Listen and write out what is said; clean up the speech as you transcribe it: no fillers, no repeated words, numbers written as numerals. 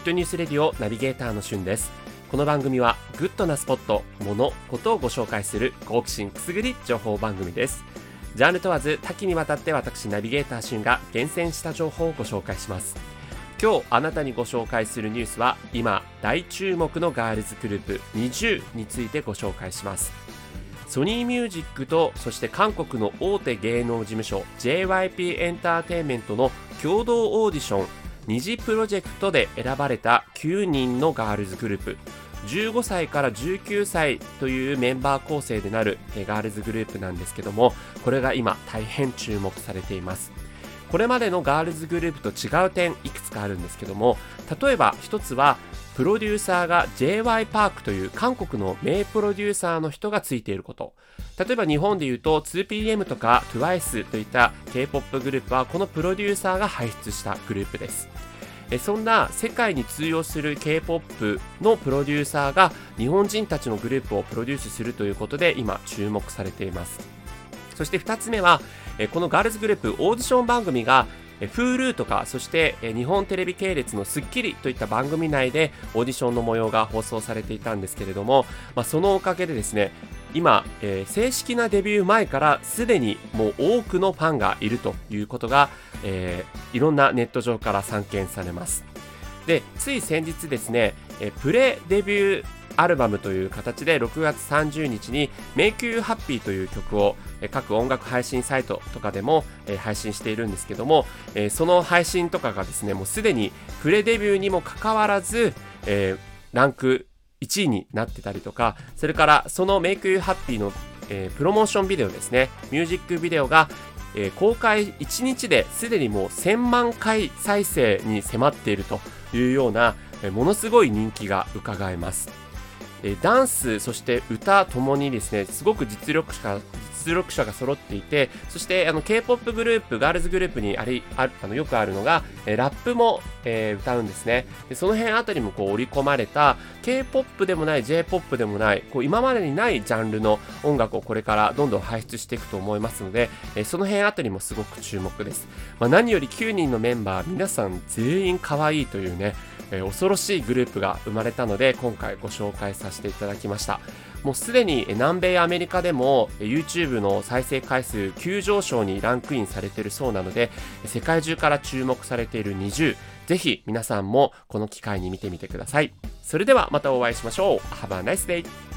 ッドニュースレディオナビゲーターのしゅんです。この番組はグッドなスポット、物、ことをご紹介する好奇心くすぐり情報番組です。ジャンル問わず多岐にわたって私ナビゲーターしゅんが厳選した情報をご紹介します。今日あなたにご紹介するニュースは今大注目のガールズグループ NiziU についてご紹介します。ソニーミュージックとそして韓国の大手芸能事務所 JYP エンターテインメントの共同オーディションNiziプロジェクトで選ばれた9人のガールズグループ、15歳から19歳というメンバー構成でなるガールズグループなんですけども、これが今大変注目されています。これまでのガールズグループと違う点いくつかあるんですけども、例えば一つはプロデューサーが J.Y.Park という韓国の名プロデューサーの人がついていること。例えば日本でいうと 2PM とか TWICE といった K-POP グループはこのプロデューサーが輩出したグループです。そんな世界に通用する K-POP のプロデューサーが日本人たちのグループをプロデュースするということで今注目されています。そして2つ目はこのガールズグループオーディション番組がHulu とかそして日本テレビ系列のスッキリといった番組内でオーディションの模様が放送されていたんですけれども、そのおかげでですね今、正式なデビュー前からすでにもう多くのファンがいるということが、いろんなネット上から散見されます。で、つい先日ですね、プレデビューアルバムという形で6月30日に Make You Happy という曲を各音楽配信サイトとかでも配信しているんですけども、その配信とかがですねもうすでにプレデビューにもかかわらずランク1位になってたりとか、それからその Make You Happy のプロモーションビデオですね、ミュージックビデオが公開1日ですでにもう1000万回再生に迫っているというようなものすごい人気が伺えます。ダンスそして歌ともにですねすごく実力者が揃っていて、そしてK-POP グループガールズグループによくあるのがラップも、歌うんですね。でその辺あたりも織り込まれた K-POP でもない J-POP でもない今までにないジャンルの音楽をこれからどんどん輩出していくと思いますので、その辺あたりもすごく注目です。何より9人のメンバー皆さん全員可愛いというね恐ろしいグループが生まれたので今回ご紹介させていただきました。もうすでに南米アメリカでも YouTube の再生回数急上昇にランクインされているそうなので、世界中から注目されているNiziU、ぜひ皆さんもこの機会に見てみてください。それではまたお会いしましょう。Have a nice day!